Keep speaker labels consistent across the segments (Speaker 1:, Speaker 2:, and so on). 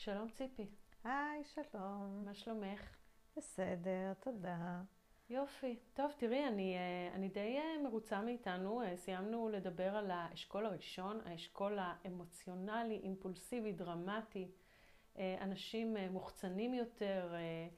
Speaker 1: שלום ציפי,
Speaker 2: היי, שלום.
Speaker 1: מה שלומך?
Speaker 2: בסדר, תודה.
Speaker 1: יופי. טוב, תראי, אני די מרוצה מאיתנו. סיימנו לדבר על האשכול הראשון, האשכול האמוציונלי, אימפולסיבי, דרמטי. אנשים מוחצנים יותר,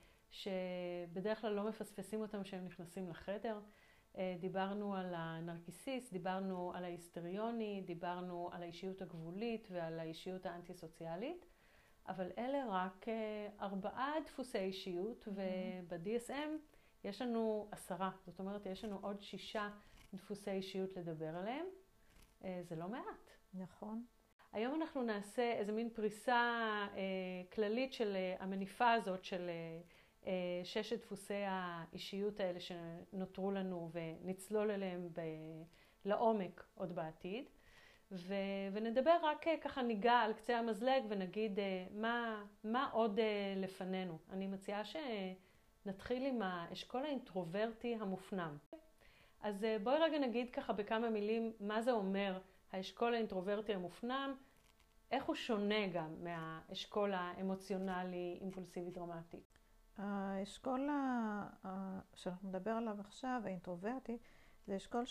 Speaker 1: שבדרך כלל לא מפספסים אותם כשהם נכנסים לחדר. דיברנו על הנרקיסיסט, דיברנו על ההיסטריוני, דיברנו על האישיות הגבולית ועל האישיות האנטי-סוציאלית. אבל אלה רק 4 דפוסי אישיות, וב-DSM יש לנו 10. זאת אומרת, יש לנו עוד 6 דפוסי אישיות לדבר עליהם. זה לא מעט.
Speaker 2: נכון.
Speaker 1: היום אנחנו נעשה איזה מין פריסה כללית של המניפה הזאת של 6 דפוסי האישיות האלה שנותרו לנו, ונצלול אליהם לעומק עוד בעתיד. ונדבר רק ככה, ניגע על קצה המזלג ונגיד מה עוד לפנינו. אני מציעה שנתחיל עם האשכול האינטרוברטי המופנם. אז בואי רגע נגיד ככה בכמה מילים מה זה אומר האשכול האינטרוברטי המופנם, איך הוא שונה גם מהאשכול האמוציונלי, אימפולסיבי, דרמטי.
Speaker 2: האשכול שאנחנו נדבר עליו עכשיו, האינטרוברטי, זה אשכול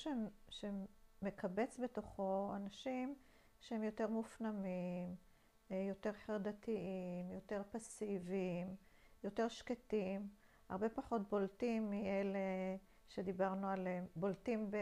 Speaker 2: שמקבץ בתוכו אנשים שהם יותר מופנמים, יותר חרדתיים, יותר פסיביים, יותר שקטים, הרבה פחות בולטים מאלה שדיברנו עליהם, בולטים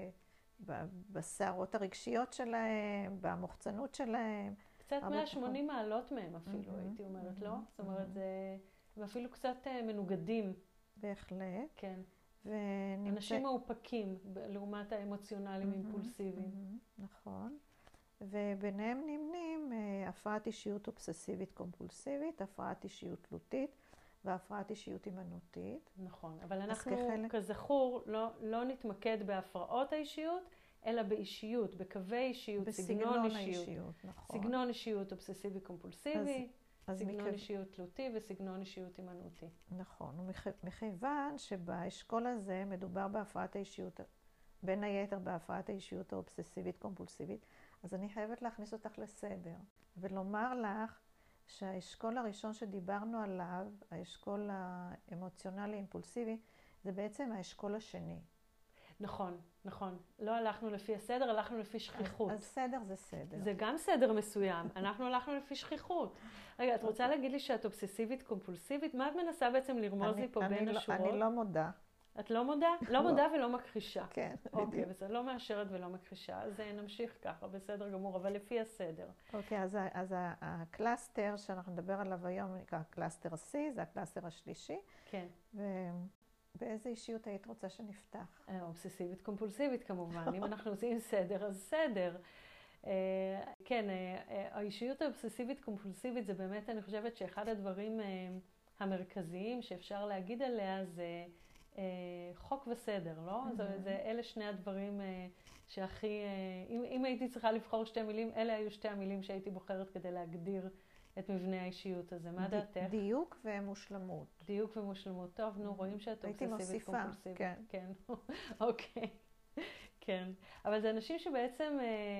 Speaker 2: בסערות הרגשיות שלהם, במוחצנות שלהם.
Speaker 1: קצת 180 מעלות מהם אפילו, הייתי אומרת, לא? זאת אומרת, הם אפילו קצת מנוגדים.
Speaker 2: בהחלט.
Speaker 1: כן. אנשים מאופקים לעומת האמוציונליים אימפולסיביים.
Speaker 2: נכון. וביניהם נמנים הפרעת אישיות אובססיבית קומפולסיבית, הפרעת אישיות תלותית והפרעת אישיות הימנעותית.
Speaker 1: נכון, אבל אנחנו כזכור לא נתמקד בהפרעות האישיות, אלא באישיות, בקווי אישיות, סגנון אישיות.
Speaker 2: נכון.
Speaker 1: סגנון אישיות אובססיבי קומפולסיבי, סגנון אישיות תלותי וסגנון אישיות הימנעותי.
Speaker 2: נכון, ומכיוון שבאשכול הזה מדובר בהפרעת האישיות, בין היתר בהפרעת האישיות האובססיבית קומפולסיבית, אז אני חייבת להכניס אותך לסדר ולומר לך שהאשכול הראשון שדיברנו עליו, האשכול האמוציונלי אימפולסיבי, זה בעצם האשכול השני.
Speaker 1: נכון, נכון. לא הלכנו לפי הסדר, הלכנו לפי שכיחות.
Speaker 2: אז סדר זה סדר.
Speaker 1: זה גם סדר מסוים. אנחנו הלכנו לפי שכיחות. רגע, את רוצה להגיד לי שאת אובססיבית קומפולסיבית? מה את מנסה בעצם לרמוז לי פה בין השורות?
Speaker 2: אני לא מודה.
Speaker 1: את לא מודה? לא מודה ולא מכחישה.
Speaker 2: כן,
Speaker 1: בדיוק.
Speaker 2: אוקיי,
Speaker 1: בסדר, לא מאשרת ולא מכחישה. אז נמשיך ככה, בסדר גמור, אבל לפי הסדר.
Speaker 2: אוקיי, אז הקלאסטר שאנחנו נדבר עליו היום נקרא קלאסטר C, זה הקלאסטר השלישי.
Speaker 1: כן.
Speaker 2: באיזה אישיות היית רוצה שנפתח?
Speaker 1: אובססיבית קומפולסיבית כמובן. אם אנחנו עושים סדר, אז סדר. כן, האישיות האובססיבית קומפולסיבית זה באמת, אני חושבת שאחד הדברים המרכזיים שאפשר להגיד עליה זה חוק וסדר, לא? אלה שני הדברים שהכי, אם הייתי צריכה לבחור 2 מילים, אלה היו 2 המילים שהייתי בוחרת כדי להגדיר את מבנה האישיות הזה. מה דעתך?
Speaker 2: דיוק ומושלמות.
Speaker 1: דיוק ומושלמות. טוב, נו, רואים שאת אובססיבית קומפולסיבית.
Speaker 2: כן.
Speaker 1: כן. אוקיי. כן. אבל זה אנשים שבעצם,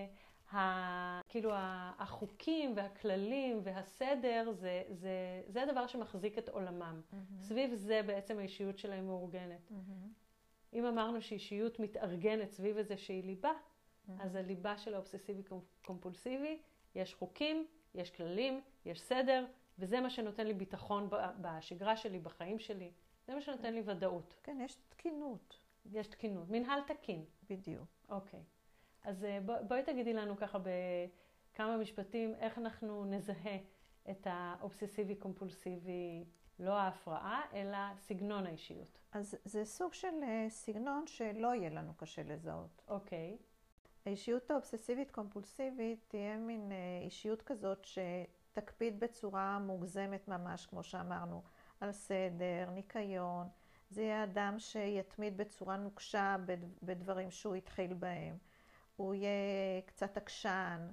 Speaker 1: כאילו, החוקים והכללים והסדר, זה הדבר שמחזיק את עולמם. סביב זה בעצם האישיות שלהם מאורגנת. אם אמרנו שאישיות מתארגנת סביב איזושהי ליבה, אז הליבה של האובססיבי קומפולסיבי, יש חוקים, יש כללים, יש סדר, וזה מה שנותן לי ביטחון בשגרה שלי, בחיים שלי. זה מה שנותן לי ודאות.
Speaker 2: כן, יש תקינות.
Speaker 1: יש תקינות. מנהל תקין.
Speaker 2: בדיוק.
Speaker 1: אוקיי. אז בואי תגידי לנו ככה בכמה משפטים, איך אנחנו נזהה את האובססיבי קומפולסיבי, לא ההפרעה, אלא סגנון האישיות.
Speaker 2: אז זה סוג של סגנון שלא יהיה לנו קשה לזהות.
Speaker 1: אוקיי.
Speaker 2: האישיות האובססיבית קומפולסיבית תהיה מין אישיות כזאת שתקפיד בצורה מוגזמת ממש, כמו שאמרנו, על סדר, ניקיון. זה יהיה אדם שיתמיד בצורה נוקשה בדברים שהוא התחיל בהם. הוא יהיה קצת עקשן,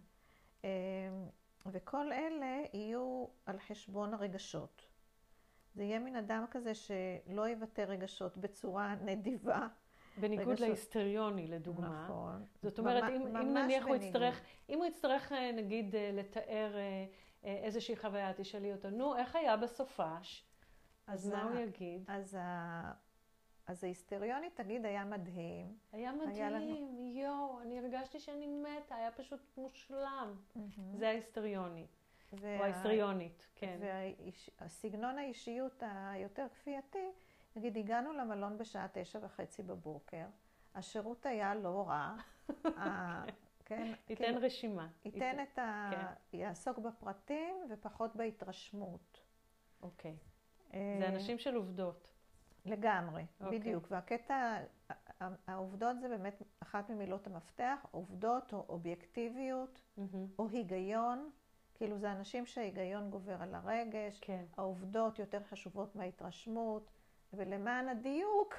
Speaker 2: וכל אלה יהיו על חשבון הרגשות. זה יהיה מין אדם כזה שלא יוותר רגשות בצורה נדיבה.
Speaker 1: בניגוד להיסטריוני, לדוגמה.
Speaker 2: נכון.
Speaker 1: זאת אומרת, אם נניח הוא יצטרך נגיד לתאר איזושהי חוויה, תשאלי אותו, נו, איך היה בסופש? אז מה הוא יגיד?
Speaker 2: אז ההיסטריונית תגיד, היה מדהים.
Speaker 1: היה מדהים, יואו, אני הרגשתי שאני מתה, היה פשוט מושלם. זה ההיסטריונית, או ההיסטריונית, כן.
Speaker 2: והסגנון האישיות היותר כפייתי, נגיד, הגענו למלון בשעה 9:30 בבוקר, השירות היה לא רע.
Speaker 1: ייתן רשימה.
Speaker 2: יעסוק בפרטים ופחות בהתרשמות.
Speaker 1: אוקיי. זה אנשים של עובדות.
Speaker 2: לגמרי, בדיוק. והקטע, העובדות זה באמת אחת ממילות המפתח, עובדות או אובייקטיביות או היגיון. כאילו זה אנשים שההיגיון גובר על הרגש, העובדות יותר חשובות מההתרשמות, ולמען הדיוק,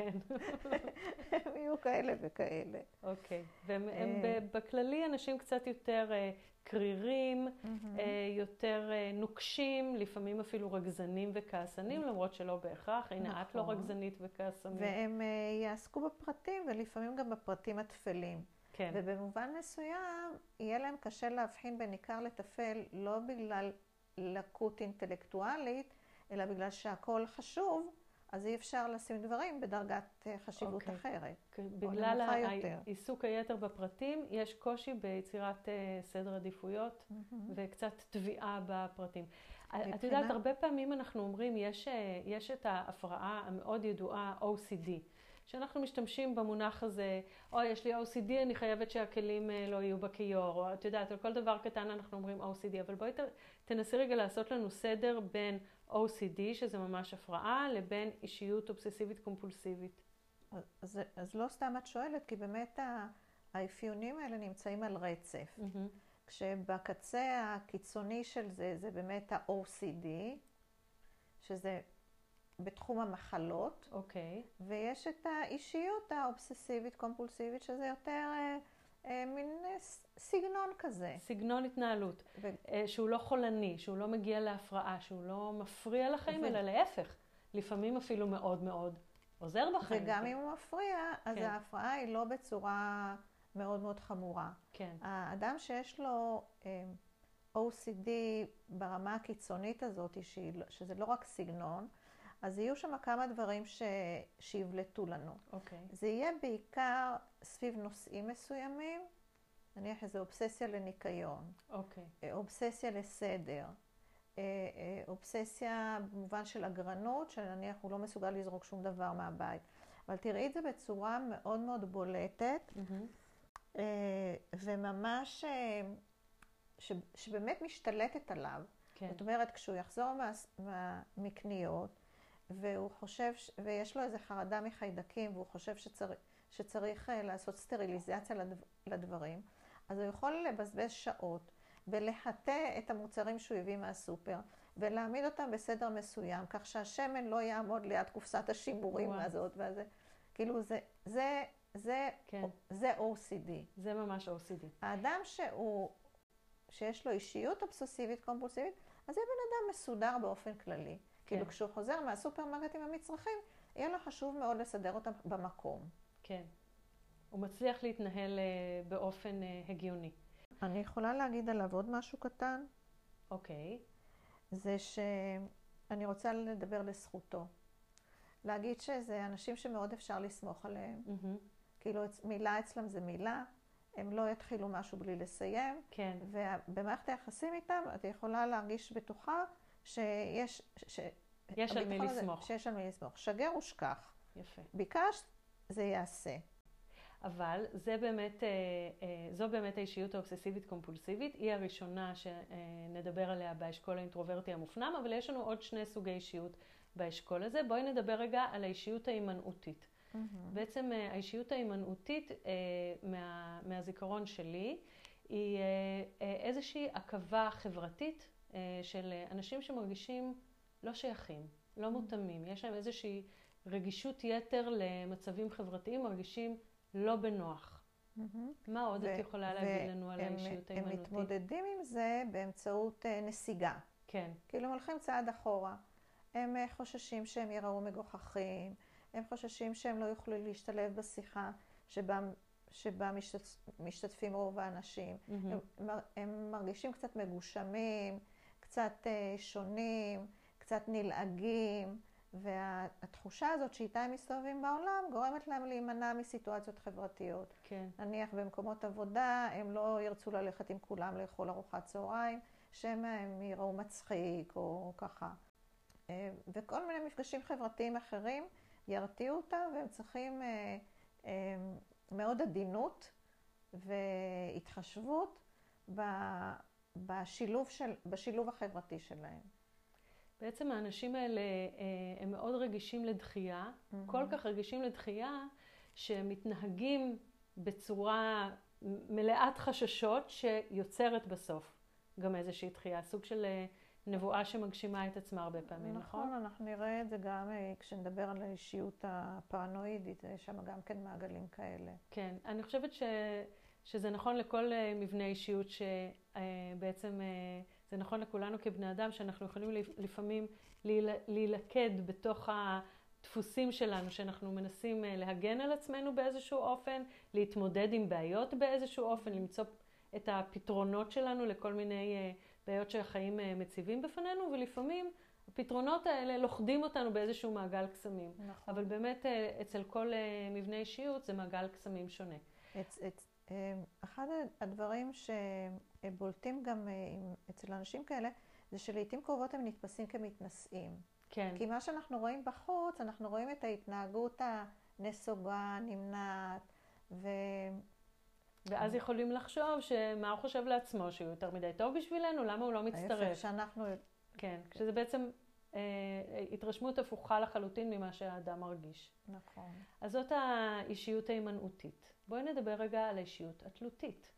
Speaker 2: הם יהיו כאלה וכאלה.
Speaker 1: אוקיי, והם בכללי אנשים קצת יותר קרירים, יותר נוקשים, לפעמים אפילו רגזנים וכעסנים, למרות שלא בהכרח. הנה, את לא רגזנית וכעסנית.
Speaker 2: והם יעסקו בפרטים, ולפעמים גם בפרטים התפלים. ובמובן מסוים, יהיה להם קשה להבחין בין עיקר לטפל, לא בגלל לקות אינטלקטואלית, אלא בגלל שהכל חשוב, אז אי אפשר לשים דברים בדרגת חשיבות אחרת.
Speaker 1: בגלל העיסוק היתר בפרטים, יש קושי ביצירת סדר עדיפויות וקצת תביעה בפרטים. את יודעת, הרבה פעמים אנחנו אומרים, יש את ההפרעה המאוד ידועה OCD, שאנחנו משתמשים במונח הזה, יש לי OCD, אני חייבת שהכלים לא יהיו בכיור, או את יודעת, על כל דבר קטן אנחנו אומרים OCD, אבל בואי תנסי רגע לעשות לנו סדר בין OCD, שזה ממש הפרעה, לבין אישיות אובססיבית קומפולסיבית.
Speaker 2: אז לא סתם את שואלת, כי באמת האפיונים האלה נמצאים על רצף. כשבקצה הקיצוני של זה, זה באמת ה-OCD, שזה בתחום המחלות.
Speaker 1: אוקיי.
Speaker 2: ויש את האישיות האובססיבית קומפולסיבית, שזה יותר מין סגנון כזה.
Speaker 1: סגנון התנהלות. שהוא לא חולני, שהוא לא מגיע להפרעה, שהוא לא מפריע לחיים, אלא להפך. לפעמים אפילו מאוד מאוד עוזר בחיים.
Speaker 2: וגם אם הוא מפריע, אז ההפרעה היא לא בצורה מאוד מאוד חמורה.
Speaker 1: כן.
Speaker 2: האדם שיש לו OCD ברמה הקיצונית הזאת, שזה לא רק סגנון, אז יהיו שם כמה דברים שיבלטו לנו.
Speaker 1: אוקיי.
Speaker 2: זה יהיה בעיקר סביב נושאים מסוימים, נניח איזו אובססיה לניקיון, אובססיה לסדר, אובססיה במובן של אגרנות, שנניח הוא לא מסוגל לזרוק שום דבר מהבית. אבל תראי את זה בצורה מאוד מאוד בולטת, וממש שבאמת משתלטת עליו. זאת אומרת, כשהוא יחזור מקניות, והוא חושב, ויש לו איזו חרדה מחיידקים, והוא חושב שצריך לעשות סטריליזציה לדברים, אז הוא יכול לבזבז שעות, ולחטא את המוצרים שהוא הביא מהסופר, ולהעמיד אותם בסדר מסוים, כך שהשמן לא יעמוד ליד קופסת השימורים הזאת, וזה, כאילו זה OCD.
Speaker 1: זה ממש OCD.
Speaker 2: האדם שיש לו אישיות אובססיבית קומפולסיבית, אז זה בן אדם מסודר באופן כללי. כאילו כשהוא חוזר מהסופרמרקט עם המצרכים, יהיה לו חשוב מאוד לסדר אותם במקום.
Speaker 1: כן. הוא מצליח להתנהל באופן הגיוני.
Speaker 2: אני יכולה להגיד עליו עוד משהו קטן?
Speaker 1: אוקיי.
Speaker 2: זה שאני רוצה לדבר לזכותו. להגיד שזה אנשים שמאוד אפשר לסמוך עליהם. כאילו מילה אצלם זה מילה, הם לא יתחילו משהו בלי לסיים.
Speaker 1: כן.
Speaker 2: ובמערכת היחסים איתם, את יכולה להרגיש בטוחה שיש
Speaker 1: על מי לסמוך.
Speaker 2: שיש על מי לסמוך. שגר ושכח.
Speaker 1: יפה.
Speaker 2: ביקשת, זה יעשה.
Speaker 1: אבל זו באמת האישיות האובססיבית קומפולסיבית. היא הראשונה שנדבר עליה באשכול האינטרוברטי המופנם, אבל יש לנו עוד שני סוגי אישיות באשכול הזה. בואי נדבר רגע על האישיות ההימנעותית. בעצם האישיות ההימנעותית מהזיכרון שלי היא איזושהי עכבה חברתית של אנשים שמרגישים לא שייכים, לא מותאמים. יש להם איזושהי רגישות יתר למצבים חברתיים, מרגישים לא בנוח. מה עוד את יכולה להגיד לנו על האישיות ההימנעותית?
Speaker 2: הם מתמודדים עם זה באמצעות נסיגה.
Speaker 1: כן.
Speaker 2: כאילו הם הולכים צעד אחורה. הם חוששים שהם יראו מגוחכים, הם חוששים שהם לא יוכלו להשתלב בשיחה שבה משתתפים רוב האנשים. הם מרגישים קצת מגושמים, קצת שונים, קצת נלעגים, והתחושה הזאת שאיתה הם מסתובבים בעולם גורמת להם להימנע מסיטואציות חברתיות.
Speaker 1: כן.
Speaker 2: נניח במקומות עבודה, הם לא ירצו ללכת עם כולם לאכול ארוחת צהריים, שמא הם יראו מצחיק או ככה. וכל מיני מפגשים חברתיים אחרים ירתיעו אותם, והם צריכים מאוד עדינות והתחשבות בשילוב החברתי שלהם.
Speaker 1: בעצם האנשים האלה הם מאוד רגישים לדחייה, כל כך רגישים לדחייה, שהם מתנהגים בצורה מלאת חששות שיוצרת בסוף גם איזושהי דחייה, סוג של נבואה שמגשימה את עצמה הרבה פעמים, נכון?
Speaker 2: נכון, אנחנו נראה את זה גם כשנדבר על האישיות הפרנואידית, יש שם גם כן מעגלים כאלה.
Speaker 1: כן, אני חושבת שזה נכון לכל מבנה אישיות, שבעצם זה נכון לכולנו כבני אדם, שאנחנו יכולים לפעמים להילכד בתוך הדפוסים שלנו, שאנחנו מנסים להגן על עצמנו באיזשהו אופן, להתמודד עם בעיות באיזשהו אופן, למצוא את הפתרונות שלנו לכל מיני בעיות שהחיים מציבים בפנינו, ולפעמים הפתרונות האלה לוכדים אותנו באיזשהו מעגל קסמים.
Speaker 2: נכון.
Speaker 1: אבל באמת אצל כל מבנה אישיות זה מעגל קסמים שונה.
Speaker 2: אחד הדברים שבולטים גם אצל אנשים כאלה, זה שלעיתים קרובות הם נתפסים כמתנשאים.
Speaker 1: כן.
Speaker 2: כי מה שאנחנו רואים בחוץ, אנחנו רואים את ההתנהגות הנסוגה, נמנעת,
Speaker 1: ואז יכולים לחשוב שמה הוא חושב לעצמו, שהוא יותר מדי טוב בשבילנו, למה הוא לא מצטרף.
Speaker 2: ההפך שאנחנו...
Speaker 1: כן, שזה בעצם התרשמות הפוכה לחלוטין ממה שהאדם מרגיש.
Speaker 2: נכון.
Speaker 1: אז זאת האישיות ההימנעותית. בואי נדבר רגע על האישיות התלותית.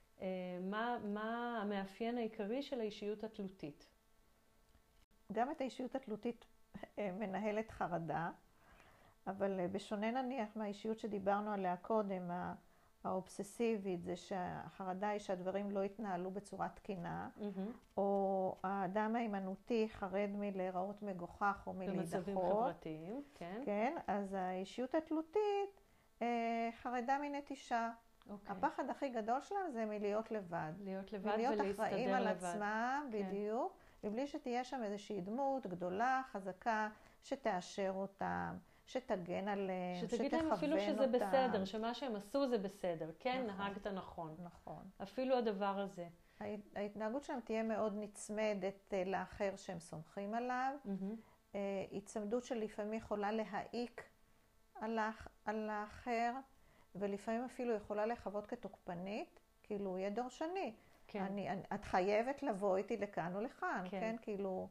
Speaker 1: מה המאפיין העיקרי של האישיות התלותית?
Speaker 2: גם את האישיות התלותית מנהלת חרדה, אבל בשונה נניח מהאישיות שדיברנו עליה קודם, האובססיבית, זה שהחרדה היא שהדברים לא יתנהלו בצורה תקינה, או האדם ההימנעותי חרד מלהיראות מגוחך או מלהידחות.
Speaker 1: במצבים חברתיים, כן.
Speaker 2: כן, אז האישיות התלותית חרדה מנטישה. הפחד הכי גדול שלהם זה מלהיות לבד.
Speaker 1: להיות לבד
Speaker 2: ולהיות
Speaker 1: ולהסתדר לבד.
Speaker 2: אחראים על עצמם, בדיוק, מבלי שתהיה שם איזושהי דמות גדולה, חזקה, שתאשר אותם. שתגן עליהם, שתכוון אותם.
Speaker 1: שתגיד להם אפילו שזה בסדר, שמה שהם עשו זה בסדר. כן, נהגת נכון.
Speaker 2: נכון.
Speaker 1: אפילו הדבר הזה.
Speaker 2: ההתנהגות שלהם תהיה מאוד נצמדת לאחר שהם סומכים עליו. הצמדות שלפעמים יכולה להעיק על האחר, ולפעמים אפילו יכולה לחוות כתוקפנית, כאילו הוא יהיה דורשני.
Speaker 1: כן.
Speaker 2: את חייבת לבוא איתי לכאן או לכאן, כן? כאילו...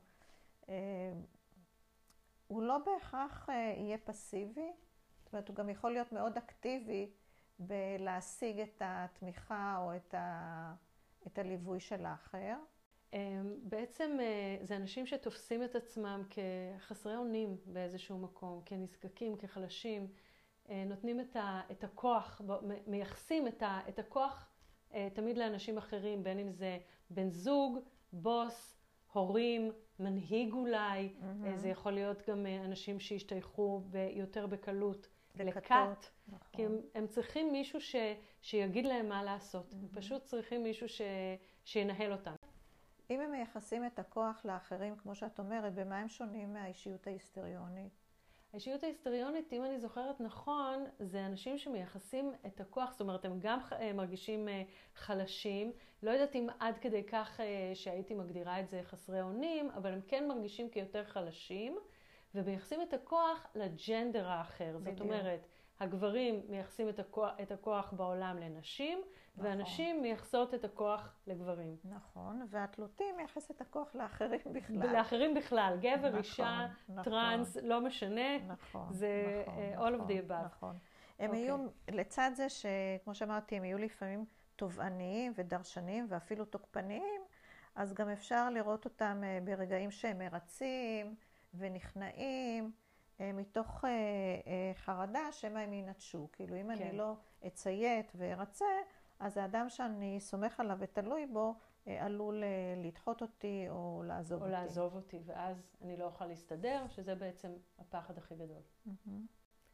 Speaker 2: הוא לא בהכרח יהיה פסיבי, זאת אומרת, הוא גם יכול להיות מאוד אקטיבי בלהשיג את התמיכה או את הליווי של האחר.
Speaker 1: בעצם זה אנשים שתופסים את עצמם כחסרי אונים באיזשהו מקום, כנזקקים, כחלשים, נותנים את הכוח, מייחסים את הכוח תמיד לאנשים אחרים, בין אם זה בן זוג, בוס, הורים, מנהיג אולי, זה יכול להיות גם אנשים שהשתייכו יותר בקלות לכת, כי הם צריכים מישהו שיגיד להם מה לעשות, הם פשוט צריכים מישהו שינהל אותם.
Speaker 2: אם הם מייחסים את הכוח לאחרים, כמו שאת אומרת, במה הם שונים מהאישיות ההיסטריונית?
Speaker 1: האישיות ההיסטריונית, אם אני זוכרת נכון, זה אנשים שמייחסים את הכוח, זאת אומרת, הם גם מרגישים חלשים, לא יודעת אם עד כדי כך שהייתי מגדירה את זה חסרי אונים, אבל הם כן מרגישים כיותר חלשים, ומייחסים את הכוח לג'נדר האחר. זאת אומרת, הגברים מייחסים את הכוח בעולם לנשים, ואנשים מייחסות את הכוח לגברים.
Speaker 2: נכון, והתלותים מייחס את הכוח לאחרים בכלל.
Speaker 1: לאחרים בכלל, גבר, אישה, טרנס, לא משנה, זה all of the above.
Speaker 2: נכון. הם יהיו, לצד זה שכמו שאמרתי, הם יהיו לפעמים תובעניים ודרשניים ואפילו תוקפניים, אז גם אפשר לראות אותם ברגעים שהם מרצים ונכנעים, מתוך חרדה שמא הם ינטשו. כאילו אם אני לא אציית וארצה, אז האדם שאני סומך עליו ותלוי בו, עלול לדחות אותי או לעזוב אותי.
Speaker 1: או לעזוב אותי, ואז אני לא אוכל להסתדר, שזה בעצם הפחד הכי גדול.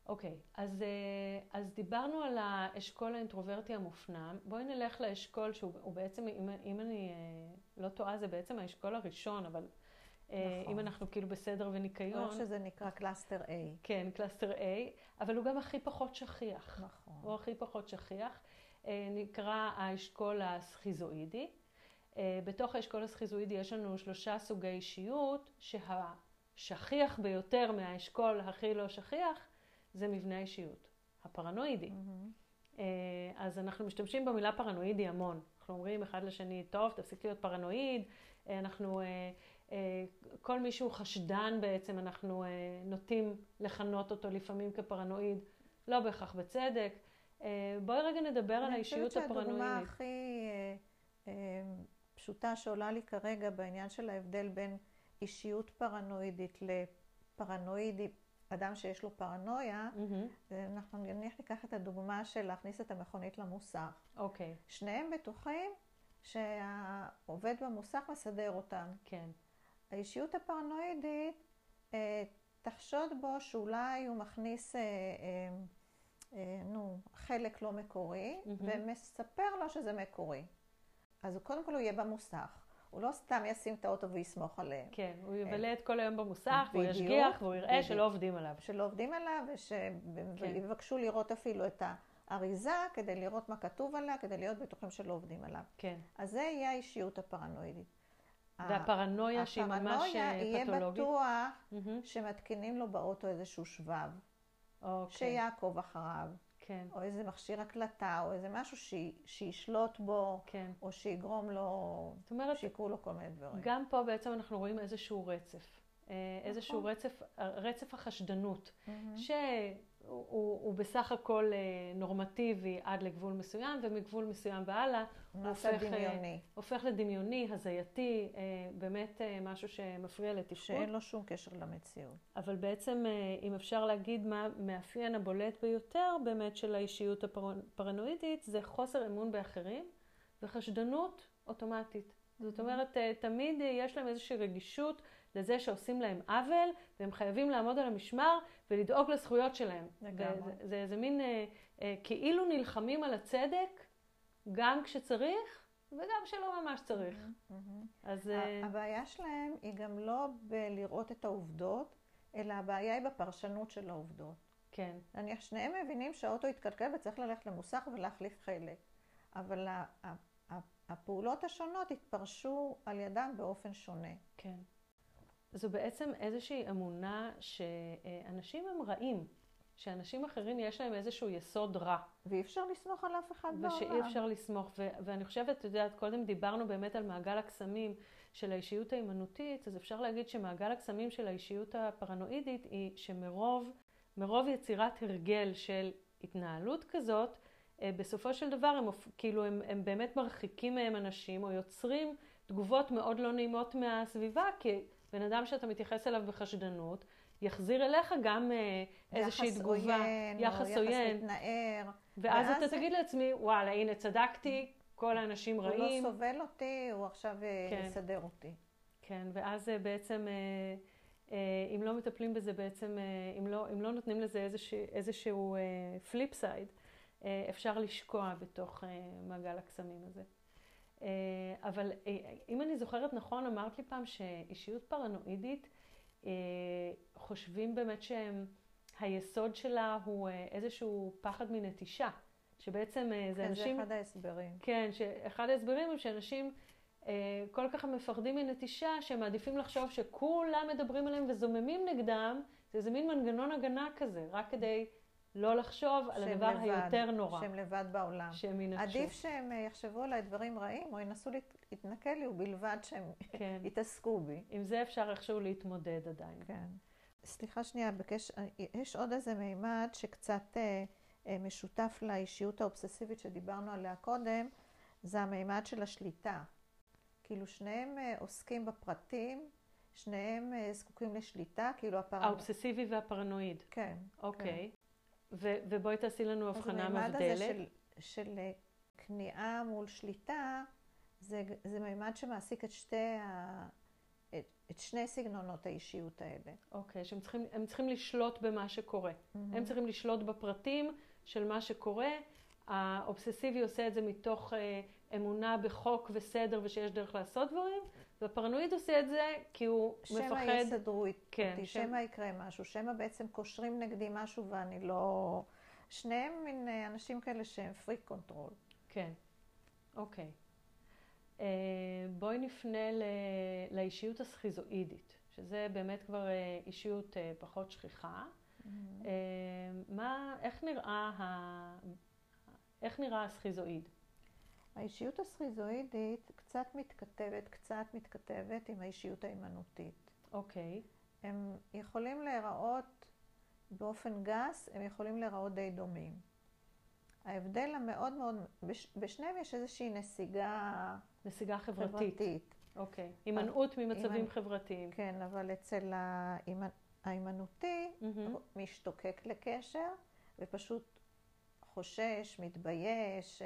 Speaker 1: אוקיי, אז דיברנו על האשכול האינטרוברטי המופנם. בואי נלך לאשכול שהוא בעצם, אם אני לא טועה, זה בעצם האשכול הראשון, אבל
Speaker 2: נכון.
Speaker 1: אם אנחנו כאילו בסדר וניקיון.
Speaker 2: או שזה נקרא קלאסטר A.
Speaker 1: כן, קלאסטר A, אבל הוא גם הכי פחות שכיח.
Speaker 2: נכון.
Speaker 1: הוא הכי פחות שכיח. נקרא האשכול הסכיזואידי. בתוך האשכול הסכיזואידי יש לנו 3 סוגי אישיות, שהשכיח ביותר מהאשכול הכי לא שכיח, זה מבנה האישיות, הפרנואידי. אז אנחנו משתמשים במילה פרנואידי המון. אנחנו אומרים אחד לשני, טוב, תפסיק להיות פרנואיד. כל מי שהוא חשדן בעצם, אנחנו נוטים לכנות אותו לפעמים כפרנואיד, לא בהכרח בצדק. בואי רגע נדבר על האישיות הפרנואידית.
Speaker 2: אני חושבת שהדוגמה הכי פשוטה שעולה לי כרגע בעניין של ההבדל בין אישיות פרנואידית לפרנואידי, אדם שיש לו פרנויה, אנחנו ניקח את הדוגמה של להכניס את המכונית למוסך.
Speaker 1: אוקיי.
Speaker 2: שניהם בטוחים שהעובד במוסך מסדר אותם.
Speaker 1: כן.
Speaker 2: האישיות הפרנואידית תחשוד בו שאולי הוא מכניס חלק לא מקורי, ומספר לו שזה מקורי. אז קודם כל הוא יהיה במוסך. הוא לא סתם ישים את האוטו ויסמוך עליהם.
Speaker 1: כן, הוא יבלה את כל היום במוסך, הוא ישגיח, והוא יראה שלא עובדים עליו.
Speaker 2: שלא עובדים עליו, ויבקשו לראות אפילו את האריזה, כדי לראות מה כתוב עליה, כדי להיות בטוחים שלא עובדים עליו.
Speaker 1: כן.
Speaker 2: אז זה יהיה האישיות הפרנואידית.
Speaker 1: והפרנויה שהיא ממש פתולוגית.
Speaker 2: הפרנויה יהיה בטוח שמתקינים לו באוטו איזשהו שבב, שיעקוב אחריו.
Speaker 1: כן.
Speaker 2: או איזה מכשיר הקלטה, או איזה משהו שישלוט בו,
Speaker 1: כן.
Speaker 2: או שיגרום לו,
Speaker 1: זאת אומרת,
Speaker 2: שיקרו לו כל מיני דברים.
Speaker 1: גם פה בעצם אנחנו רואים איזשהו רצף. איזשהו רצף החשדנות, שהוא בסך הכל נורמטיבי עד לגבול מסוים, ומגבול מסוים והלאה, הוא הופך לדמיוני, הזייתי, באמת משהו שמפריע לתפקוד.
Speaker 2: שאין לו שום קשר למציאות.
Speaker 1: אבל בעצם, אם אפשר להגיד מה מאפיין הבולט ביותר באמת של האישיות הפרנואידית, זה חוסר אמון באחרים וחשדנות אוטומטית. זאת אומרת, תמיד יש להם איזושהי רגישות לזה שעושים להם עוול, והם חייבים לעמוד על המשמר ולדאוג לזכויות שלהם. זה איזה מין כאילו נלחמים על הצדק, גם כשצריך וגם שלא ממש צריך.
Speaker 2: הבעיה שלהם היא גם לא בלראות את העובדות, אלא הבעיה היא בפרשנות של העובדות.
Speaker 1: כן.
Speaker 2: נניח שניהם מבינים שהאוטו יתקלקל וצריך ללכת למוסך ולהחליף חלק. אבל הפעולות השונות התפרשו על ידם באופן שונה.
Speaker 1: כן. זו בעצם איזושהי אמונה שאנשים הם רעים, שאנשים אחרים יש להם איזשהו יסוד רע.
Speaker 2: ואי אפשר לסמוך על אף אחד בעולם.
Speaker 1: ושאי אפשר לסמוך. ואני חושבת, קודם דיברנו באמת על מעגל הקסמים של האישיות האימנותית, אז אפשר להגיד שמעגל הקסמים של האישיות הפרנואידית היא שמרוב יצירת הרגל של התנהלות כזאת, בסופו של דבר הם באמת מרחיקים מהם אנשים, או יוצרים תגובות מאוד לא נעימות מהסביבה, כי בן אדם שאתה מתייחס אליו בחשדנות, יחזיר אליך גם איזושהי תגובה, יחס עוין,
Speaker 2: יחס מתנער.
Speaker 1: ואז אתה תגיד לעצמי, וואלה, הנה צדקתי, כל האנשים רעים.
Speaker 2: הוא לא סובל אותי, הוא עכשיו יסדר אותי.
Speaker 1: כן, ואז בעצם, אם לא מטפלים בזה בעצם, אם לא נותנים לזה איזשהו פליפ סייד, אפשר לשקוע בתוך מעגל הקסמים הזה. אבל אם אני זוכרת נכון, אמרת לי פעם שאישיות פרנואידית, חושבים באמת שהיסוד שלה הוא איזשהו פחד מנטישה. שבעצם זה אנשים...
Speaker 2: זה אחד ההסברים.
Speaker 1: כן, שאחד ההסברים הם שאנשים כל כך מפחדים מנטישה, שהם מעדיפים לחשוב שכולם מדברים עליהם וזוממים נגדם, זה איזה מין מנגנון הגנה כזה, רק כדי לא לחשוב על הדבר היותר נורא.
Speaker 2: שהם לבד בעולם.
Speaker 1: שהם ינטשו.
Speaker 2: עדיף שהם יחשבו עליי דברים רעים, או ינסו להתנכל לי, ובלבד שהם יתעסקו בי.
Speaker 1: עם זה אפשר איכשהו להתמודד עדיין.
Speaker 2: כן. סליחה שנייה, יש עוד איזה מימד שקצת משותף לאישיות האובססיבית שדיברנו עליה קודם, זה המימד של השליטה. כאילו שניהם עוסקים בפרטים, שניהם זקוקים לשליטה, כאילו
Speaker 1: האובססיבי והפרנואיד.
Speaker 2: כן.
Speaker 1: אוקיי. ובואי תעשי לנו הבחנה מבדלת.
Speaker 2: אז המימד הזה של כניעה מול שליטה, זה מימד שמעסיק את שני סגנונות האישיות האלה.
Speaker 1: אוקיי, שהם צריכים לשלוט במה שקורה. הם צריכים לשלוט בפרטים של מה שקורה. האובססיבי עושה את זה מתוך אמונה בחוק וסדר ושיש דרך לעשות דברים, והפרנואיד עושה את זה כי הוא מפחד...
Speaker 2: שמא יסדרו אותי,
Speaker 1: כן,
Speaker 2: שמא יקרה משהו, שמא בעצם קושרים נגדי משהו ואני לא... שניהם מין אנשים כאלה שהם פרי קונטרול.
Speaker 1: כן, אוקיי. בואי נפנה לאישיות הסכיזואידית, שזה באמת כבר אישיות פחות שכיחה. איך נראה הסכיזואיד?
Speaker 2: האישיות הסכיזואידית קצת מתכתבת עם האישיות ההימנותית.
Speaker 1: אוקיי.
Speaker 2: הם יכולים להיראות באופן גס, הם יכולים להיראות די דומים. ההבדל המאוד מאוד, בשניהם יש איזושהי נסיגה חברתית.
Speaker 1: אוקיי. הימנעות ממצבים חברתיים.
Speaker 2: כן, אבל אצל ההימנותי משתוקק לקשר ופשוט חושש, מתבייש,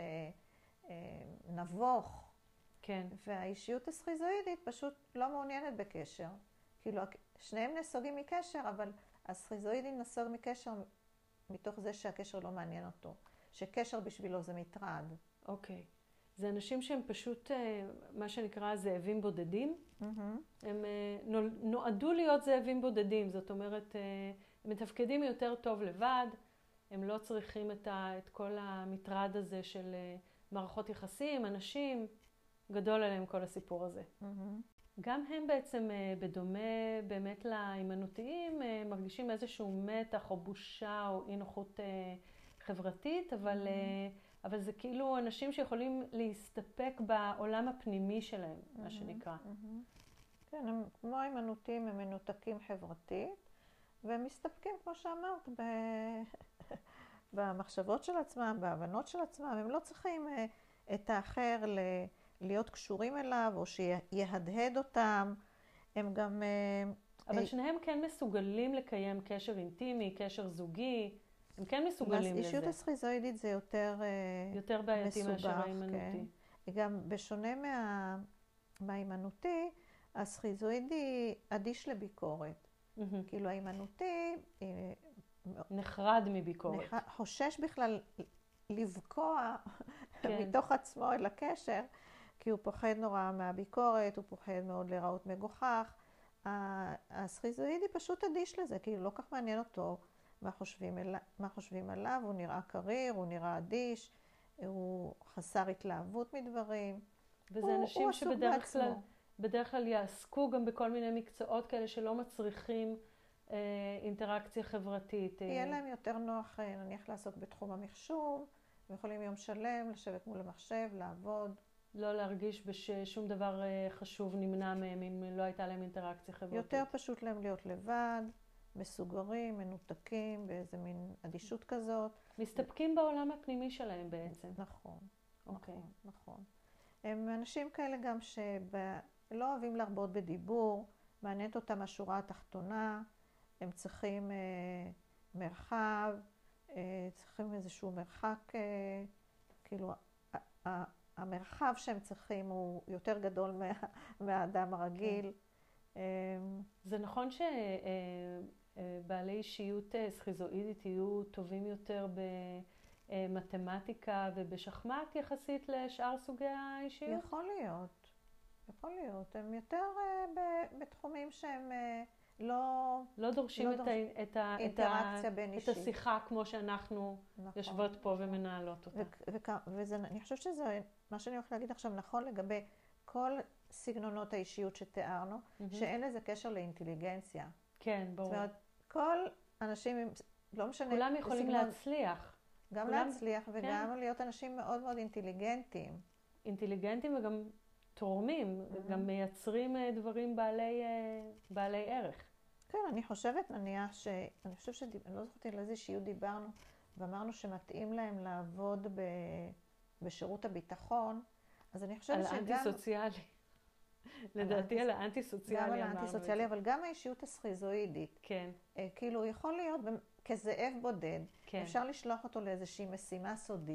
Speaker 2: נבוך.
Speaker 1: כן.
Speaker 2: והאישיות הסכיזואידית פשוט לא מעוניינת בקשר. כאילו, שניהם נסוגים מקשר, אבל הסכיזואידי נסוג מקשר מתוך זה שהקשר לא מעניין אותו. שקשר בשבילו זה מטרד.
Speaker 1: אוקיי. זה אנשים שהם פשוט, מה שנקרא, זאבים בודדים. הם נועדו להיות זאבים בודדים. זאת אומרת, הם מתפקדים יותר טוב לבד. הם לא צריכים את כל המטרד הזה של מערכות יחסים, אנשים. גדול עליהם כל הסיפור הזה. גם הם בעצם, בדומה באמת להימנותיים, מרגישים איזשהו מתח או בושה או אי נוחות חברתית, אבל זה כאילו אנשים שיכולים להסתפק בעולם הפנימי שלהם, מה שנקרא.
Speaker 2: כן, הם כמו הימנותיים, הם מנותקים חברתית, והם מסתפקים, כמו שאמרת, במחשבות של עצמם, בהבנות של עצמם. הם לא צריכים את האחר להיות קשורים אליו, או שיהדהד אותם. הם גם...
Speaker 1: אבל שניהם כן מסוגלים לקיים קשר אינטימי, קשר זוגי. הם כן מסוגלים לזה.
Speaker 2: אישיות הסכיזואידית זה יותר
Speaker 1: בעייתי מאשר ההימנותי.
Speaker 2: גם בשונה מההימנותי, הסכיזואידי אדיש לביקורת. כאילו ההימנותי...
Speaker 1: נחרד מביקורת.
Speaker 2: חושש בכלל לבקוע מתוך עצמו אל הקשר, כי הוא פוחד נורא מהביקורת, הוא פוחד מאוד להיראות מגוחך. הסכיזואידי פשוט אדיש לזה, כאילו לא כך מעניין אותו מה חושבים עליו, הוא נראה קריר, הוא נראה אדיש, הוא חסר התלהבות מדברים.
Speaker 1: וזה אנשים שבדרך כלל יעסקו גם בכל מיני מקצועות כאלה שלא מצריכים אינטראקציה חברתית.
Speaker 2: יהיה להם יותר נוח, נניח, לעסוק בתחום המחשוב, הם יכולים יום שלם לשבת מול המחשב, לעבוד.
Speaker 1: לא להרגיש ששום דבר חשוב נמנע מהם אם לא הייתה להם אינטראקציה חברתית.
Speaker 2: יותר פשוט להם להיות לבד, מסוגרים, מנותקים, באיזה מין אדישות כזאת.
Speaker 1: מסתפקים בעולם הפנימי שלהם בעצם.
Speaker 2: נכון.
Speaker 1: אוקיי.
Speaker 2: נכון. הם אנשים כאלה גם שלא אוהבים להרבות בדיבור, מעניינת אותם השורה התחתונה, הם צריכים מרחב, צריכים איזשהו מרחק, כאילו המרחב שהם צריכים הוא יותר גדול מהאדם הרגיל.
Speaker 1: זה נכון שבעלי אישיות סכיזואידית יהיו טובים יותר במתמטיקה ובשחמט יחסית לשאר סוגי האישיות?
Speaker 2: יכול להיות. הם יותר בתחומים שהם לא
Speaker 1: דורשים את השיחה כמו שאנחנו יושבות פה ומנהלות אותה.
Speaker 2: אני חושבת שזה, מה שאני הולכת להגיד עכשיו נכון לגבי כל סגנונות האישיות שתיארנו, שאין לזה קשר לאינטליגנציה.
Speaker 1: כן, ברור.
Speaker 2: זאת אומרת, כל אנשים, לא משנה...
Speaker 1: כולם יכולים להצליח.
Speaker 2: גם להצליח וגם להיות אנשים מאוד מאוד אינטליגנטים.
Speaker 1: אינטליגנטים וגם תורמים, גם מייצרים דברים בעלי ערך.
Speaker 2: כן, אני חושבת, נניח, אני חושבת אני לא זוכרת על איזה אישיות דיברנו, ואמרנו שמתאים להם לעבוד בשירות הביטחון, אז אני חושבת שגם...
Speaker 1: על האנטי-סוציאלי. לדעתי על האנטי-סוציאלי אמרנו את זה.
Speaker 2: גם על האנטי-סוציאלי, אבל גם האישיות הסכיזואידית.
Speaker 1: כן.
Speaker 2: כאילו, יכול להיות כזאב בודד.
Speaker 1: כן.
Speaker 2: אפשר לשלוח אותו לאיזושהי משימה סודית.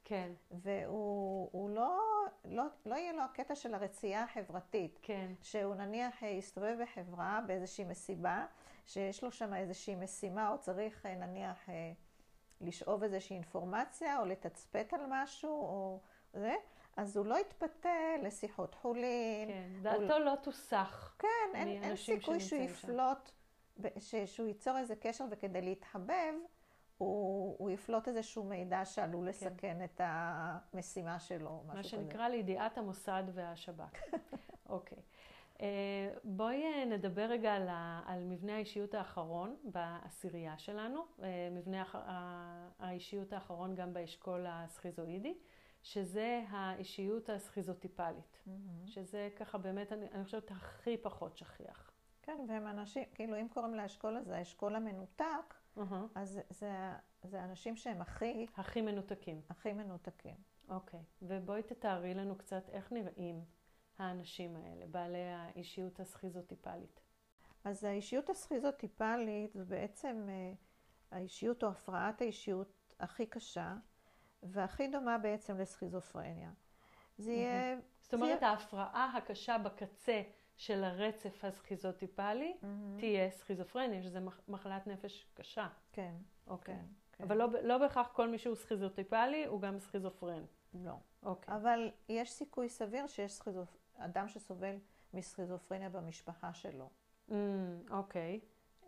Speaker 1: כן.
Speaker 2: והוא לא יהיה לו הקטע של הרצייה החברתית.
Speaker 1: כן.
Speaker 2: שהוא נניח יסתובב בחברה באיזושהי מסיבה, שיש לו שם איזושהי משימה, או צריך נניח לשאוב איזושהי אינפורמציה, או לתצפת על משהו, או זה, אז הוא לא יתפתה לשיחות חולין.
Speaker 1: כן, דעתו לא תוסח.
Speaker 2: כן, אין סיכוי שהוא יפלוט, שהוא ייצור איזה קשר, וכדי להתחבב, הוא יפלוט איזשהו מידע שעלול לסכן את המשימה שלו.
Speaker 1: מה שנקרא לידיעת המוסד והשב"כ. אוקיי. בואי נדבר רגע על מבנה האישיות האחרון בעשירייה שלנו, מבנה האישיות האחרון גם באשכול הסכיזואידי, שזה האישיות הסכיזוטיפלית, שזה ככה באמת, אני חושבת, הכי פחות שכיח.
Speaker 2: כן, והם אנשים, כאילו אם קוראים לאשכול הזה, האשכול המנותק, אז זה אנשים שהם
Speaker 1: הכי מנותקים.
Speaker 2: הכי מנותקים.
Speaker 1: אוקיי, ובואי תתארי לנו קצת איך נראים האנשים האלה, בעלי האישיות הסכיזוטיפלית.
Speaker 2: אז האישיות הסכיזוטיפלית זה בעצם האישיות או הפרעת האישיות הכי קשה, והכי דומה בעצם לסכיזופרניה. זה יהיה...
Speaker 1: זאת אומרת, ההפרעה הקשה בקצה של הרצף הסכיזוטיפלי תהיה סכיזופרניה, שזה מחלת נפש קשה.
Speaker 2: כן.
Speaker 1: אוקיי. אבל לא בהכרח כל מי שהוא סכיזוטיפלי הוא גם סכיזופרן.
Speaker 2: לא.
Speaker 1: אוקיי.
Speaker 2: אבל יש סיכוי סביר שיש אדם שסובל מסכיזופרניה במשפחה שלו.
Speaker 1: אוקיי.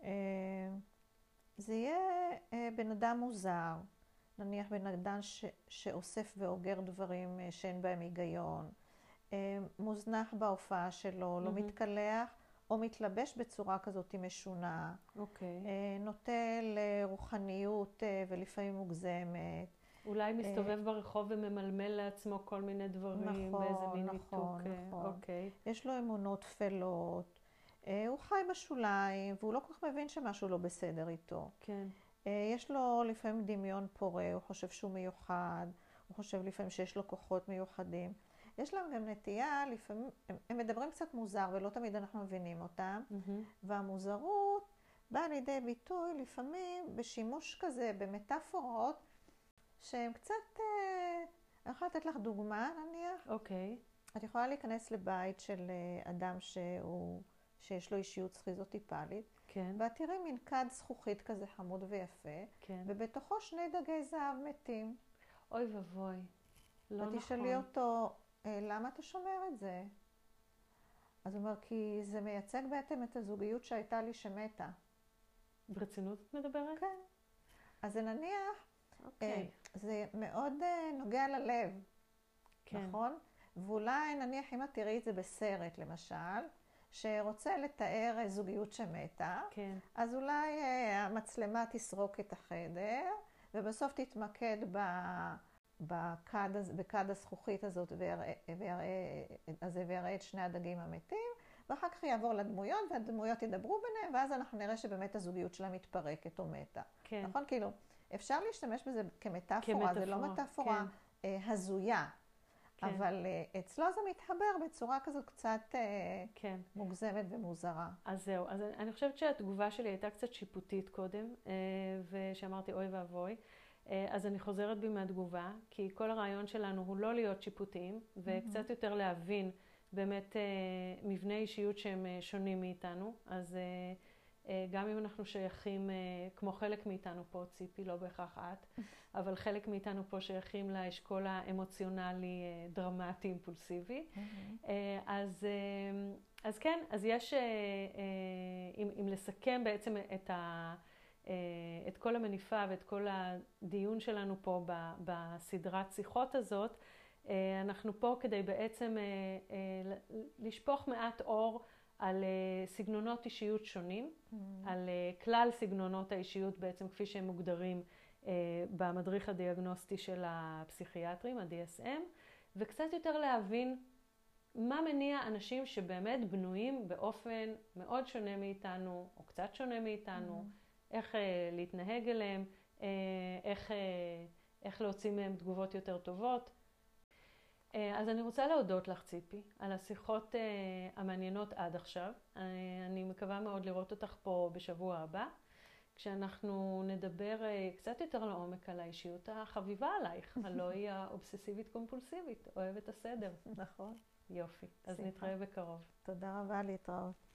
Speaker 2: זה יהיה בן אדם מוזר, נניח בן אדם שאוסף ואוגר דברים שאין בהם היגיון, מוזנח בהופעה שלו, לא מתקלח, או מתלבש בצורה כזאת משונה, נוטה לרוחניות ולפעמים מוגזמת.
Speaker 1: אולי מסתובב ברחוב וממלמל לעצמו כל מיני דברים, באיזה מין ניתוק.
Speaker 2: נכון. יש לו אמונות תפלות, הוא חי בשוליים, והוא לא כל כך מבין שמשהו לא בסדר איתו.
Speaker 1: כן.
Speaker 2: יש לו לפעמים דמיון פורה, הוא חושב שהוא מיוחד, הוא חושב לפעמים שיש לו כוחות מיוחדים. יש להם גם נטייה, לפעמים, הם מדברים קצת מוזר ולא תמיד אנחנו מבינים אותם, והמוזרות באה לידי ביטוי לפעמים בשימוש כזה, במטאפורות, שהם קצת, אני יכולה לתת לך דוגמה נניח.
Speaker 1: אוקיי.
Speaker 2: את יכולה להיכנס לבית של אדם שיש לו אישיות סכיזוטיפלית,
Speaker 1: כן.
Speaker 2: ואת תראי מין כד זכוכית כזה חמוד ויפה,
Speaker 1: כן.
Speaker 2: ובתוכו 2 דגי זהב מתים.
Speaker 1: אוי ובוי, לא נכון.
Speaker 2: ותשאלי אותו, למה אתה שומר את זה? אז הוא אומר, כי זה מייצג בעצם את הזוגיות שהייתה לי שמתה.
Speaker 1: ברצינות את מדברת?
Speaker 2: כן. אז זה נניח,
Speaker 1: אוקיי.
Speaker 2: זה מאוד נוגע ללב,
Speaker 1: כן.
Speaker 2: נכון? ואולי נניח אם את תראי את זה בסרט למשל, שרוצה לתאר זוגיות שמתה,
Speaker 1: כן.
Speaker 2: אז אולי המצלמה תסרוק את החדר, ובסוף תתמקד בכד הזכוכית הזאת ויראה את 2 הדגים המתים, ואחר כך יעבור לדמויות, והדמויות ידברו ביניהם, ואז אנחנו נראה שבאמת הזוגיות שלה מתפרקת או מתה.
Speaker 1: כן.
Speaker 2: נכון? כאילו, אפשר להשתמש בזה כמטאפורה, זה לא מטאפורה הזויה. כן. אבל אצלו זה מתחבר בצורה כזאת קצת
Speaker 1: כן.
Speaker 2: מוגזמת ומוזרה.
Speaker 1: אז זהו, אז אני חושבת שהתגובה שלי הייתה קצת שיפוטית קודם, ושאמרתי אוי ואבוי. אז אני חוזרת בי מהתגובה, כי כל הרעיון שלנו הוא לא להיות שיפוטיים, וקצת יותר להבין באמת מבנה אישיות שהם שונים מאיתנו. אז גם אם אנחנו שייכים, כמו חלק מאיתנו פה, ציפי, לא בהכרח את, אבל חלק מאיתנו פה שייכים לאשכול האמוציונלי דרמטי אימפולסיבי. אז כן, אז יש, אם לסכם בעצם את כל המניפה ואת כל הדיון שלנו פה בסדרת שיחות הזאת, אנחנו פה כדי בעצם לשפוך מעט אור על סגנונות אישיות שונים, על כלל סגנונות האישיות בעצם כפי שהם מוגדרים במדריך הדיאגנוסטי של הפסיכיאטרים, ה-DSM, וקצת יותר להבין מה מניע אנשים שבאמת בנויים באופן מאוד שונה מאיתנו, או קצת שונה מאיתנו, איך להתנהג אליהם, איך להוציא מהם תגובות יותר טובות. אז אני רוצה להודות לך, ציפי, על השיחות המעניינות עד עכשיו. אני מקווה מאוד לראות אותך פה בשבוע הבא, כשאנחנו נדבר קצת יותר לעומק על האישיות החביבה עלייך, הלוא היא האובססיבית קומפולסיבית, אוהבת הסדר.
Speaker 2: נכון.
Speaker 1: יופי. אז נתראה בקרוב.
Speaker 2: תודה רבה, להתראות.